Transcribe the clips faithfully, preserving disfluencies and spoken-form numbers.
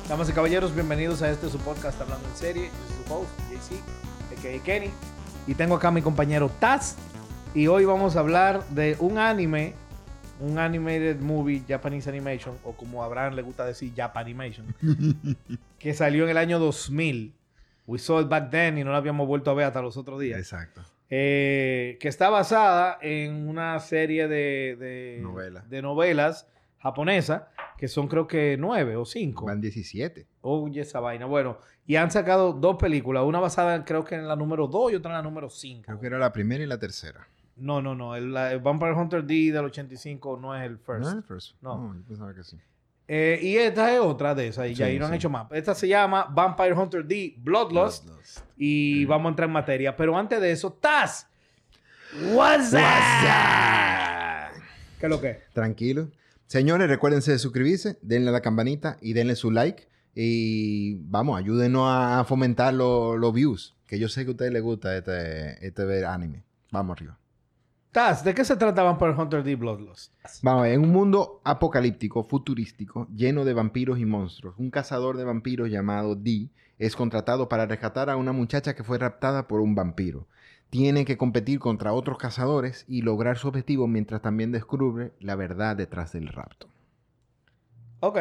Damas y caballeros, bienvenidos a este su podcast Hablando en Serie. Yo soy su host, J C, a k a. Kenny. Y tengo acá a mi compañero Taz. Y hoy vamos a hablar de un anime, un animated movie, Japanese Animation, o como a Abraham le gusta decir, Japanimation, que salió en el año dos mil. We saw it back then y no la habíamos vuelto a ver hasta los otros días. Exacto. Eh, que está basada en una serie de, de, Novela. de novelas japonesas, que son creo que nueve o cinco. Van diecisiete. Oye, esa vaina. Bueno, y han sacado dos películas, una basada creo que en la número dos y otra en la número cinco. Creo que era la primera y la tercera. No, no, no. El, el Vampire Hunter D del ochenta y cinco no es el first. ¿No es el first? No. No, yo pensaba que sí. Eh, y esta es otra de esas, y ya Sí, ahí no han sí. hecho más. Esta se llama Vampire Hunter D Bloodlust. Bloodlust. Y vamos a entrar en materia. Pero antes de eso, Taz. What's What's up? ¿Qué es lo que es? Tranquilo. Señores, recuérdense de suscribirse, denle a la campanita y denle su like. Y vamos, ayúdenos a fomentar los views. Que yo sé que a ustedes les gusta este, este ver anime. Vamos arriba. Taz, ¿de qué se trata Vampire Hunter D Bloodlust? Vamos, en un mundo apocalíptico, futurístico, lleno de vampiros y monstruos, un cazador de vampiros llamado Dee es contratado para rescatar a una muchacha que fue raptada por un vampiro. Tiene que competir contra otros cazadores y lograr su objetivo mientras también descubre la verdad detrás del rapto. Ok.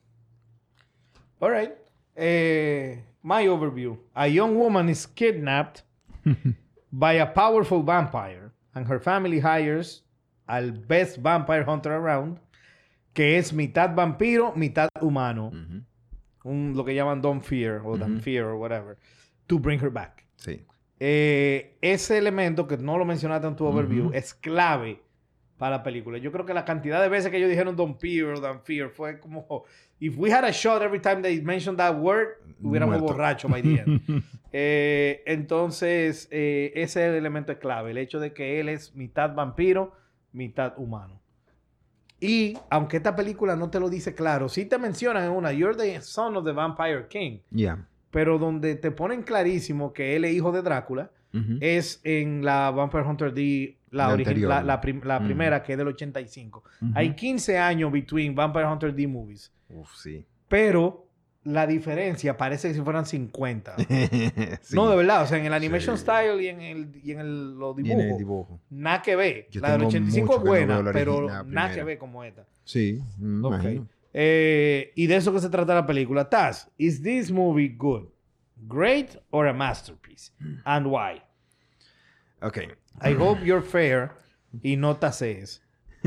All right. Eh, my overview. A young woman is kidnapped by a powerful vampire and her family hires al best vampire hunter around, que es mitad vampiro, mitad humano. Uh-huh. Un, lo que llaman Don't Fear o Don't Ujú. Fear or whatever. To bring her back. Sí. Eh, ese elemento que no lo mencionaste en tu overview Ujú. es clave para la película. Yo creo que la cantidad de veces que ellos dijeron Don't Fear o Don't Fear fue como... If we had a shot every time they mentioned that word, hubiéramos Muerto. borracho by the end. eh, entonces, eh, ese elemento es clave. El hecho de que él es mitad vampiro, mitad humano. Y, aunque esta película no te lo dice claro, sí te mencionan en una, You're the son of the Vampire King. Ya. Pero donde te ponen clarísimo que él es hijo de Drácula Ujú. es en la Vampire Hunter D, la, La origi- anterior. la, la prim- la Ujú. primera, que es del ochenta y cinco. Ujú. Hay quince años between Vampire Hunter D movies. Uf, sí. Pero la diferencia parece que si fueran cincuenta. Sí. No, de verdad. O sea, en el animation Sí. style y en, el, y en el, los Y en dibujos, el dibujo. nada que ver. Yo La del tengo ochenta y cinco es mucho que no buena, veo la pero origi- la nada que primera. ver como esta. Sí, me Ok. imagino. Eh, y de eso que se trata la película. Taz, is this movie good, great, or a masterpiece? And why? Ok. I hope you're fair y no tasees.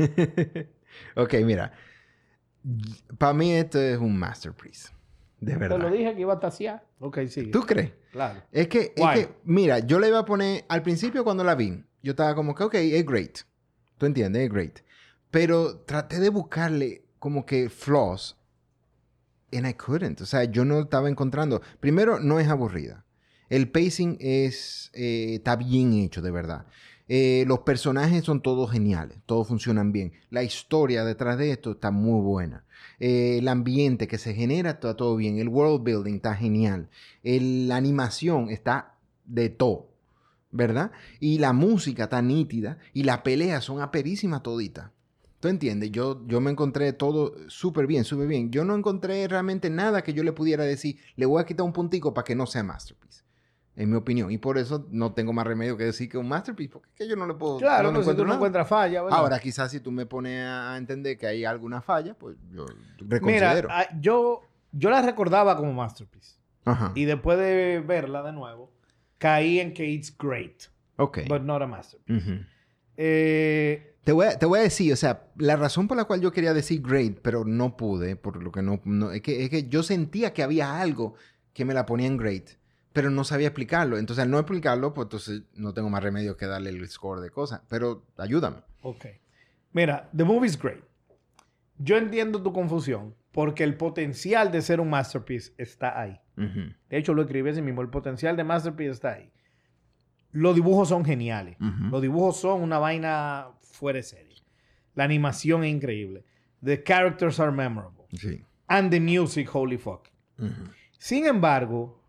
Ok, mira. Para mí esto es un masterpiece. De Te verdad. lo dije que iba a tasear. Ok, sí. ¿Tú crees? Claro. Es que, es Why? que, mira, yo le iba a poner, al principio cuando la vi, yo estaba como que, ok, es great. ¿Tú entiendes? Es great. Pero traté de buscarle como que flaws. And I couldn't. O sea, yo no estaba encontrando. Primero, no es aburrida. El pacing es, eh, está bien hecho, de verdad. Eh, los personajes son todos geniales. Todos funcionan bien. La historia detrás de esto está muy buena. Eh, el ambiente que se genera está todo bien. El world building está genial. El- la animación está de todo, ¿verdad? Y la música está nítida. Y las peleas son aperísimas toditas. ¿Tú entiendes? Yo, yo me encontré todo súper bien, súper bien. Yo no encontré realmente nada que yo le pudiera decir, le voy a quitar un puntico para que no sea masterpiece. En mi opinión. Y por eso no tengo más remedio que decir que un masterpiece, porque es que yo no le puedo... Claro, no le pues si tú no nada. encuentras falla, ¿verdad? Ahora, quizás si tú me pones a entender que hay alguna falla, pues yo Mira, reconsidero. ah, yo, yo la recordaba como masterpiece. Ajá. Y después de verla de nuevo, caí en que it's great, Ok. but not a masterpiece. Ujú. Eh, Te voy, a, te voy a decir, o sea, la razón por la cual yo quería decir great, pero no pude, por lo que no... no es, que, es que yo sentía que había algo que me la ponía en great, pero no sabía explicarlo. Entonces, al no explicarlo, pues entonces no tengo más remedio que darle el score de cosas. Pero ayúdame. ok. Mira, the movie is great. Yo entiendo tu confusión porque el potencial de ser un masterpiece está ahí. Ujú. De hecho, lo escribí así mismo. El potencial de masterpiece está ahí. Los dibujos son geniales. Ujú. Los dibujos son una vaina fuera de serie. La animación es increíble. The characters are memorable. Sí. And the music, holy fuck. Ujú. Sin embargo,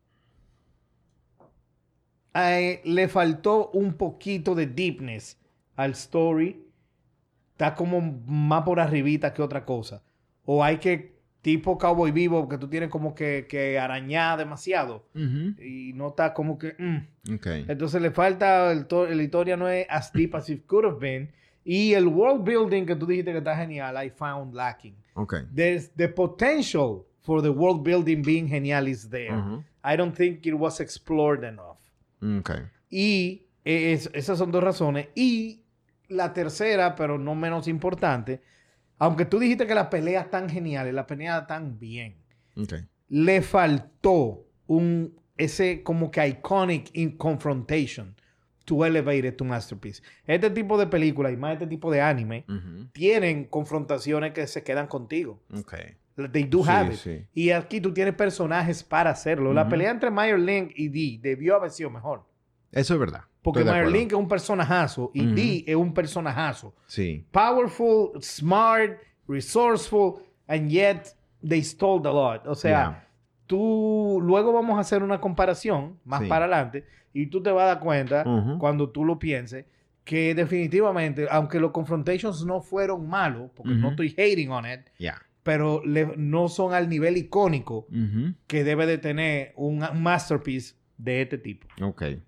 eh, le faltó un poquito de deepness al story. Está como más por arribita que otra cosa. O hay que tipo Cowboy Vivo, que tú tienes como que, que arañar demasiado. Ujú. Y no está como que... mm. Okay. Entonces le falta... El to- la historia no es as deep as it could have been. Y el world building que tú dijiste que está genial, I found lacking. Okay. There's the potential for the world building being genial is there. Ujú. I don't think it was explored enough. Okay. Y es- esas son dos razones. Y la tercera, pero no menos importante, aunque tú dijiste que las peleas están geniales, las peleas están bien, Okay. le faltó un ese como que iconic in confrontation to elevate it to masterpiece. Este tipo de películas y más este tipo de anime Ujú. tienen confrontaciones que se quedan contigo. Okay. They do Sí, have it. sí. Y aquí tú tienes personajes para hacerlo. La Ujú. pelea entre Meyer Link y Dee debió haber sido mejor. Eso es verdad. Porque Estoy de Meyer acuerdo. Link es un personajazo y Ujú. Dee es un personajazo. Sí. Powerful, smart, resourceful, and yet they stole a lot. O sea, Yeah. tú... Luego vamos a hacer una comparación más Sí. para adelante y tú te vas a dar cuenta, Ujú. cuando tú lo pienses, que definitivamente, aunque los confrontations no fueron malos, porque no Ujú. estoy hating on it, Yeah. pero le- no son al nivel icónico Ujú. que debe de tener un masterpiece de este tipo. Okay.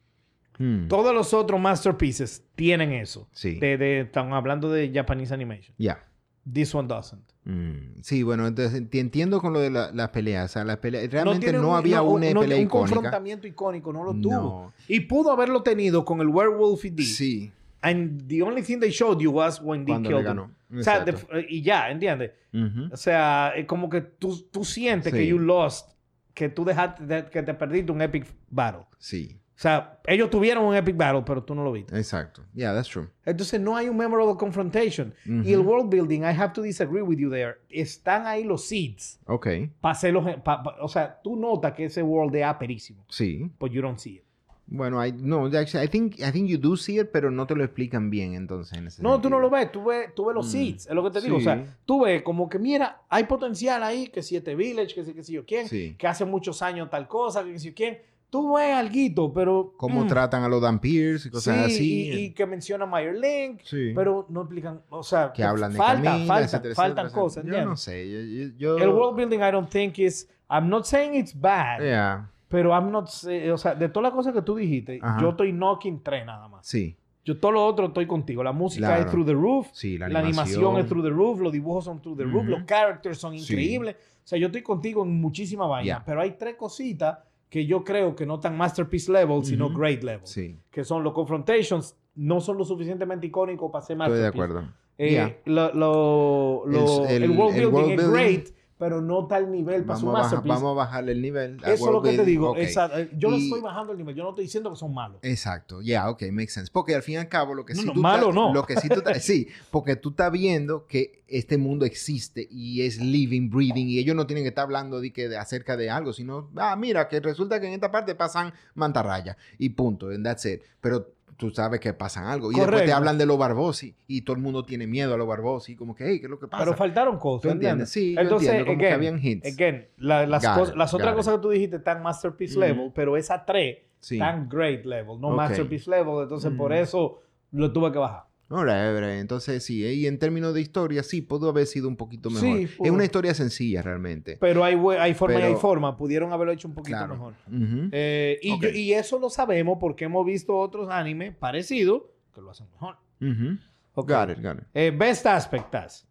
Hmm. Todos los otros masterpieces tienen eso. Sí. De, de- estamos hablando de Japanese animation. Yeah. This one doesn't. Mm, sí, bueno, entonces te entiendo con lo de la- las peleas. O sea, las peleas realmente tiene no, un- había no, una no, pelea un icónica. confrontamiento icónico, no lo tuvo. No. Y pudo haberlo tenido con el Werewolf y Dee. Sí. And the only thing they showed you was when Dee Cuando le killed ganó. him. O sea, Exacto. de- y ya, ¿entiendes? Ujú. O sea, es como que tú, tú sientes Sí. que you lost, que tú dejaste, de- que te perdiste un epic battle. Sí. O sea, ellos tuvieron un epic battle, pero tú no lo viste. Exacto. Yeah, that's true. Entonces no hay un memorable confrontation. Ujú. Y el world building, I have to disagree with you there. Están ahí los seeds. Ok. Para hacerlos, pa- pa- o sea, tú notas que ese world es aperísimo. Sí. But you don't see it. Bueno, I, no, actually, I think, I think you do see it, pero no te lo explican bien entonces. En ese No, tú sentido. no lo ves. Tú ves, tú ves los Mm. seeds. Es lo que te digo. O Sí. sea, tú ves como que, mira, hay potencial ahí. Que si este village, que si, que si yo quién. Sí. Que hace muchos años tal cosa, que si yo quién. Tú ves alguito, pero... Cómo mm, tratan a los Dampiers y cosas sí, así. Y, y que menciona Meyer Link. Sí. Pero no explican... O sea, que hablan de falta, Camila, falta, etcétera, faltan etcétera, cosas, etcétera. Yo no ¿entiendes? sé. Yo, yo, yo- El world building I don't think is... I'm not saying it's bad. Yeah. Pero I'm not... say- o sea, de todas las cosas que tú dijiste, Ajá. yo estoy knocking tres nada más. Sí. Yo todo lo otro estoy contigo. La música Claro. es through the roof. Sí, la La animación animación es through the roof. Los dibujos son through the roof. Ujú. Los characters son Sí. increíbles. O sea, yo estoy contigo en muchísima vaina. Yeah. Pero hay tres cositas que yo creo que no están masterpiece level, sino Ujú. great level. Sí. Que son los confrontations. No son lo suficientemente icónicos para ser Estoy de masterpiece. acuerdo. Eh, Yeah. lo, lo- lo- El- el, world el building world es building, great, pero no está al nivel para su Vamos a, bajar, masterpiece. vamos a bajarle el nivel. a Eso es lo world que te building. digo. Ok. Exacto. Yo no Y- estoy bajando el nivel. Yo no estoy diciendo que son malos. Exacto, ya, ok, makes sense. Porque al fin y al cabo, lo que No, sí no, tú malo estás- no. Lo que sí tú estás- sí, porque tú estás viendo que este mundo existe y es living, breathing, y ellos no tienen que estar hablando de que de, acerca de algo, sino, ah, mira, que resulta que en esta parte pasan mantarrayas y punto, and that's it. Pero tú sabes que pasan algo. Y después te Correcto. hablan de los Barbosi y todo el mundo tiene miedo a los Barbosi, como que, hey, ¿qué es lo que pasa? Pero faltaron cosas. ¿Tú entiendes? ¿entiendes? Sí, yo Entonces, entiendo, como que again, habían hits. again, la- las, Got cosas- it, las got otras it. cosas que tú dijiste están masterpiece Mm. level, pero esas tres Sí. están great level, no Ok. masterpiece level. Entonces, por Mm. eso lo tuve que bajar. Alright, alright. Entonces, sí, y en términos de historia, sí, pudo haber sido un poquito mejor. Sí, es pudo. una historia sencilla, realmente. Pero hay, we- hay forma y Pero- hay forma. Pudieron haberlo hecho un poquito Claro. mejor. Ujú. Eh, y, Ok. yo- y eso lo sabemos porque hemos visto otros animes parecidos que lo hacen mejor. Ujú. Ok. Got it, got it. Eh, best aspects.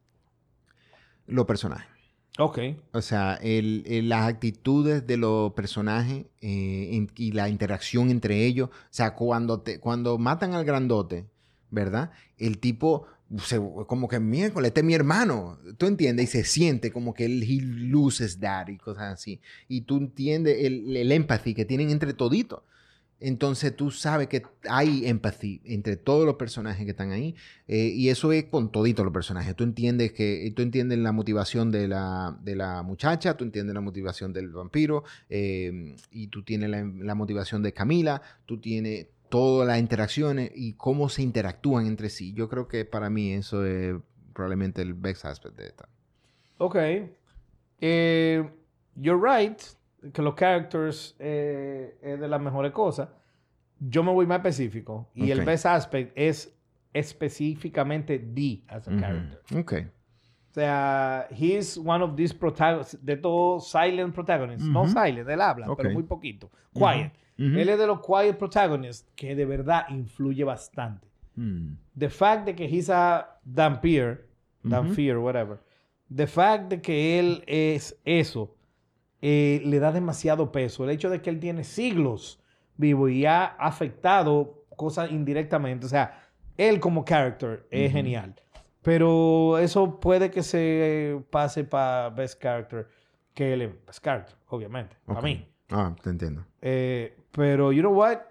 Los personajes. Ok. O sea, el, el- las actitudes de los personajes eh, en- y la interacción entre ellos. O sea, cuando, te, cuando matan al grandote, ¿verdad? El tipo, se, como que, miércoles, este es mi hermano. ¿Tú entiendes? Y se siente como que él, he loses that y cosas así. Y tú entiendes el, el empathy que tienen entre toditos. Entonces tú sabes que hay empathy entre todos los personajes que están ahí. eh, y eso es con toditos los personajes. Tú entiendes que tú entiendes la motivación de la, de la muchacha, tú entiendes la motivación del vampiro, eh, y tú tienes la, la motivación de Camila, tú tienes todas las interacciones y cómo se interactúan entre sí. Yo creo que para mí eso es probablemente el best aspect de esta. Ok. Eh, you're right. Que los characters eh, es de las mejores cosas. Yo me voy más específico. Y Ok. el best aspect es específicamente Dee as a Ujú. character. Ok. O sea, he's one of these protagonists, de todos silent protagonists. Uh-huh. No silent, él habla, okay. pero muy poquito. Quiet. Uh-huh. Él es de los quiet protagonists que de verdad influye bastante. Mm. The fact de que he's a Dampier, Dampier, uh-huh. whatever. The fact de que él es eso, eh, le da demasiado peso. El hecho de que él tiene siglos vivo y ha afectado cosas indirectamente. O sea, él como character es uh-huh. genial. Pero eso puede que se pase para Best Character, que él es Best Character, obviamente, okay. para mí. Ah, te entiendo. Eh, pero, you know what?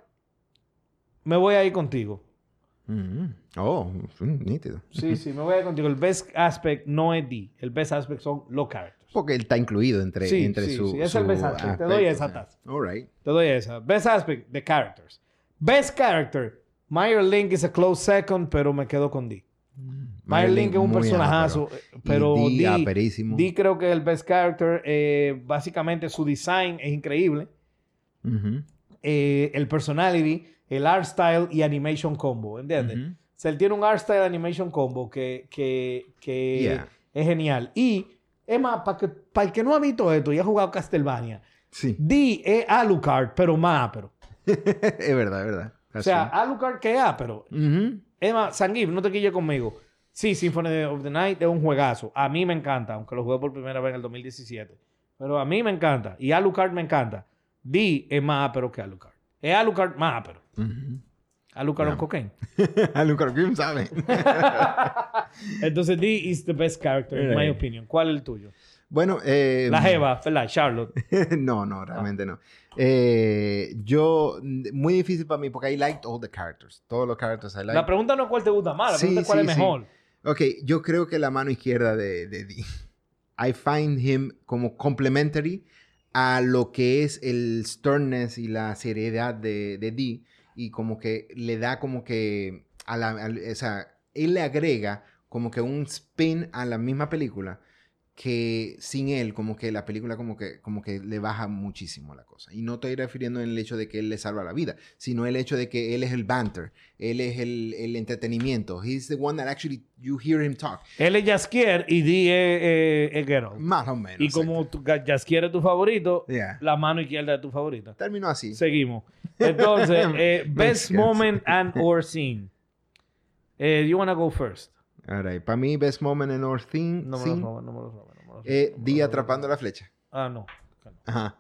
Me voy a ir contigo. Mm-hmm. Oh, nítido. Sí, sí, me voy a ir contigo. El Best Aspect no es D. El Best Aspect son los characters. Porque él está incluido entre, sí, entre sí, su... Sí, es su el Best Aspect. Aspect. Te doy esa taza. All right. Te doy esa. Best Aspect, the characters. Best Character, Meyer Link is a close second, pero me quedo con D. Meyer Link es un personajazo, pero D, D, D creo que es el best character. Eh, básicamente su design es increíble. Uh-huh. Eh, el personality, el art style y animation combo, ¿entiendes? Uh-huh. O sea, él tiene un art style animation combo que, que, que yeah. es genial. Y, es más, para que, para el que no ha visto esto y ha jugado Castlevania, sí. D es Alucard, pero más ápero. Es verdad, es verdad. That's o sea, true. Alucard que es ápero. Uh-huh. Es más, Sanguif, no te quilles conmigo. Sí, Symphony of the Night es un juegazo. A mí me encanta, aunque lo jugué por primera vez en el dos mil diecisiete. Pero a mí me encanta. Y Alucard me encanta. D es más ápero que Alucard. Es Alucard más ápero. Uh-huh. Alucard yeah. on cocaine. Alucard, ¿quién sabe? Entonces D is the best character, in my opinion. ¿Cuál es el tuyo? Bueno, eh... La jeva, ¿verdad? Charlotte. no, no, realmente ah. no. Eh, yo... Muy difícil para mí porque I liked all the characters. Todos los characters I liked. La pregunta no es cuál te gusta más. La pregunta sí, es cuál sí, es mejor. Sí. Ok, yo creo que la mano izquierda de, de D. I find him como complementary a lo que es el sternness y la seriedad de, de D. Y como que le da como que... A la, a, o sea, él le agrega como que un spin a la misma película que sin él como que la película como que, como que le baja muchísimo la cosa. Y no estoy refiriendo en el hecho de que él le salva la vida, sino el hecho de que él es el banter, él es el, el entretenimiento. He's the one that actually you hear him talk. Él es Jaskier y D es, eh, es Geralt. Más o menos. Y como tu, Jaskier es tu favorito, yeah. la mano izquierda es tu favorita. Terminó así. Seguimos. Entonces, eh, best moment and or scene. Eh, you wanna go first? All right. Para mí, best moment and or scene. No me lo robo, no me lo robo. Eh, D atrapando la flecha. Ah, no. Ajá.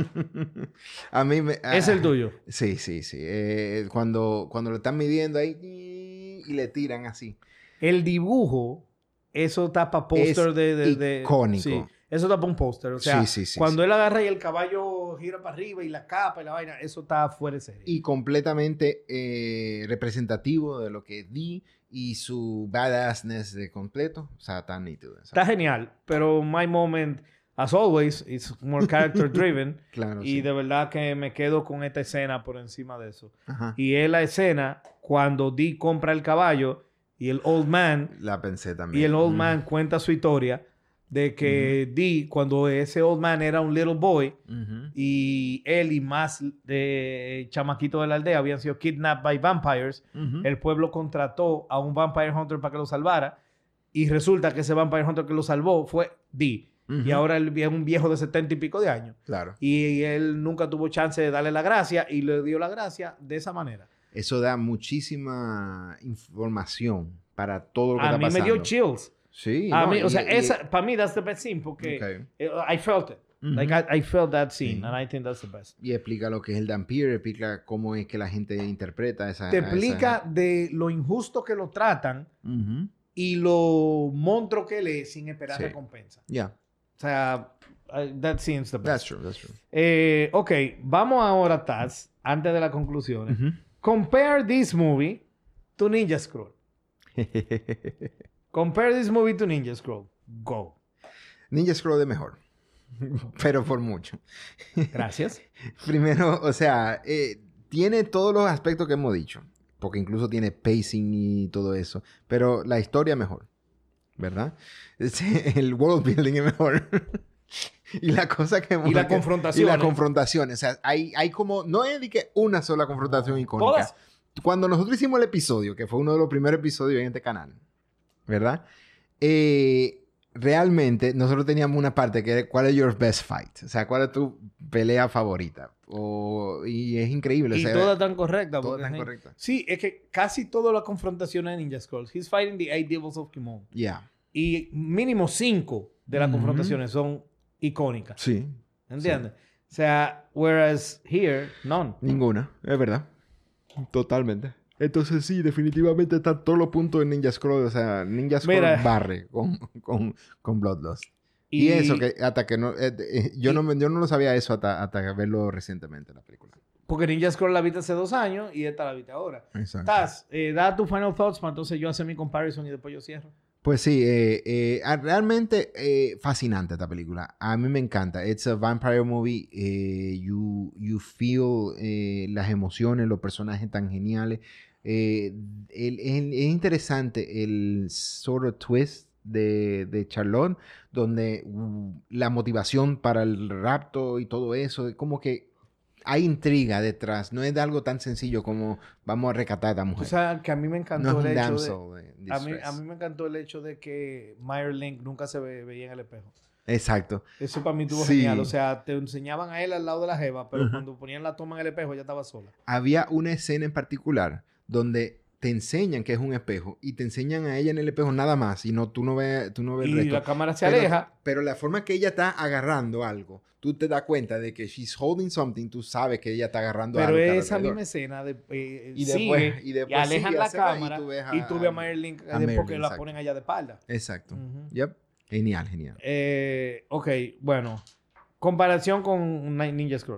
A mí me... Ah, ¿Es el tuyo? Sí, sí, sí. Eh, cuando, cuando lo están midiendo ahí y le tiran así. El dibujo, eso tapa póster de, de, de... icónico. Sí, eso tapa un póster. O sea, sí, sí, sí, cuando sí. él agarra y el caballo gira para arriba y la capa y la vaina, eso está fuera de serie. Y completamente eh, representativo de lo que es D y su badassness de completo. O sea, tan nítido. ¿sabes? Está genial, pero my moment, as always, is more character driven. Claro, y sí. de verdad que me quedo con esta escena por encima de eso. Ajá. Y es la escena cuando D compra el caballo y el old man... La pensé también. Y el old mm. man cuenta su historia de que uh-huh. D, cuando ese old man era un little boy uh-huh. y él y más de chamaquito de la aldea habían sido kidnapped by vampires, uh-huh. el pueblo contrató a un vampire hunter para que lo salvara y resulta que ese vampire hunter que lo salvó fue D. Uh-huh. Y ahora él es un viejo de setenta y pico de años. Claro. Y él nunca tuvo chance de darle la gracia y le dio la gracia de esa manera. Eso da muchísima información para todo lo que a está pasando. A mí me dio chills. Sí. A no, mí, y, o sea, y, esa, para mí, that's the best scene porque okay. I felt it. Uh-huh. Like, I, I felt that scene, sí. and I think that's the best. Y explica lo que es el Dampier, explica cómo es que la gente interpreta esa... Te explica esa... de lo injusto que lo tratan uh-huh. y lo monstruo que él es sin esperar sí. recompensa. Ya. Yeah. O sea, uh, that seems the best. That's true, that's true. Eh, ok, vamos ahora, Taz, antes de las conclusiones. Uh-huh. Compare this movie to Ninja Scroll. Compare this movie to Ninja Scroll. Go. Ninja Scroll es mejor. Pero por mucho. Gracias. Primero, o sea, eh, tiene todos los aspectos que hemos dicho. Porque incluso tiene pacing y todo eso. Pero la historia es mejor. ¿Verdad? El world building es mejor. Y la cosa que... Y la confrontación. Y la confrontación. O sea, hay, hay como... No es de que una sola confrontación icónica. Todas. Cuando nosotros hicimos el episodio, que fue uno de los primeros episodios en este canal, ¿verdad? Eh, realmente nosotros teníamos una parte que era ¿cuál es your best fight? O sea, ¿cuál es tu pelea favorita? O, y es increíble. Y o sea, todas tan correctas. todas porque, tan sí. correctas. Sí, es que casi todas las confrontaciones de Ninja Scrolls. He's fighting the eight devils of Kimon. Yeah. Y mínimo cinco de las Ujú. confrontaciones son icónicas. Sí. ¿Entiendes? O sea, whereas here, none. Ninguna, es verdad. Totalmente. Entonces sí, definitivamente están todos los puntos en Ninja Scroll. O sea, Ninja Scroll Mira. barre con, con, con Bloodlust. Y, y eso que hasta que no... Eh, eh, yo, y, no yo no lo sabía eso hasta, hasta verlo recientemente en la película. Porque Ninja Scroll la viste hace dos años y esta la viste ahora. Exacto. Taz, eh, da tu final thoughts para entonces yo hacer mi comparison y después yo cierro. Pues sí, eh, eh, realmente eh, fascinante esta película. A mí me encanta. It's a vampire movie. Eh, you, you feel eh, las emociones, los personajes tan geniales. Eh, el, el, es interesante el sort of twist de, de Charlotte, donde uh, la motivación para el rapto y todo eso, es como que hay intriga detrás. No es de algo tan sencillo como vamos a rescatar a esta mujer. O sea, que a mí me encantó no es el un hecho damsel de... de A mí, a mí me encantó el hecho de que Meyer Link nunca se ve, veía en el espejo. Exacto. Eso para mí estuvo Sí. genial. O sea, te enseñaban a él al lado de la jeva, pero Uh-huh. cuando ponían la toma en el espejo, ella estaba sola. Había una escena en particular donde te enseñan que es un espejo y te enseñan a ella en el espejo nada más y no, tú no ves, tú no ves Y el resto. la cámara se pero, aleja. Pero la forma que ella está agarrando algo, tú te das cuenta de que she's holding something, tú sabes que ella está agarrando Pero algo. que esa alrededor. misma escena de, eh, Y sigue después- y después alejan sigue, la se va y cámara tú ves y a- tú ves a Meyer Link a eh, Meyer porque Link, la exacto. ponen allá de espalda. Exacto. Ujú. Yep. Genial, genial. Eh, ok, bueno. Comparación con Ninja Scroll.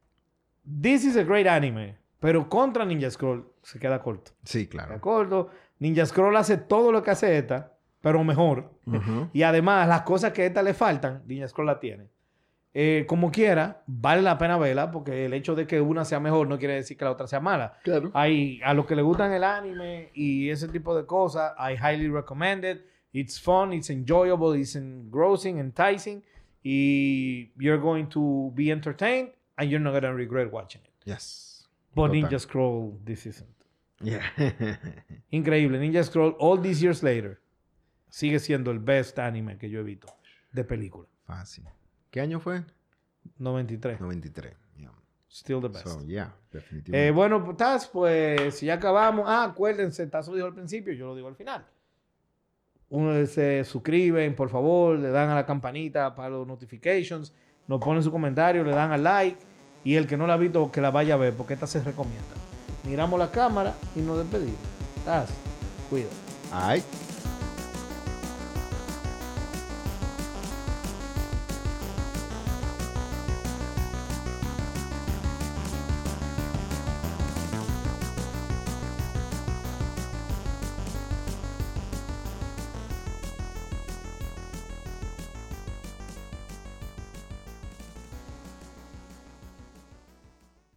This is a great anime, pero contra Ninja Scroll se queda corto. Sí, Se queda claro. corto. Ninja Scroll hace todo lo que hace esta, pero mejor. Ujú. Y además, las cosas que a esta le faltan, Ninja Scroll la tiene. Eh, como quiera, vale la pena verla, porque el hecho de que una sea mejor no quiere decir que la otra sea mala. Claro. Hay, a los que les gustan el anime y ese tipo de cosas, I highly recommend it. It's fun, it's enjoyable, it's engrossing, enticing. Y you're going to be entertained and you're not going to regret watching it. Yes. But Total. Ninja Scroll, this isn't. Yeah. Increíble. Ninja Scroll, all these years later, sigue siendo el best anime que yo he visto de película. Fácil. ¿Qué año fue? noventa y tres. noventa y tres. Yeah. Still the best. So, yeah, definitivamente. Eh, bueno, pues, Taz, pues ya acabamos. Ah, acuérdense, Taz lo dijo al principio, yo lo digo al final. Uno se suscriben, por favor, le dan a la campanita para los notifications, nos ponen su comentario, le dan al like y el que no la ha visto, que la vaya a ver, porque esta se recomienda. Miramos la cámara y nos despedimos. Taz, cuida. Ay.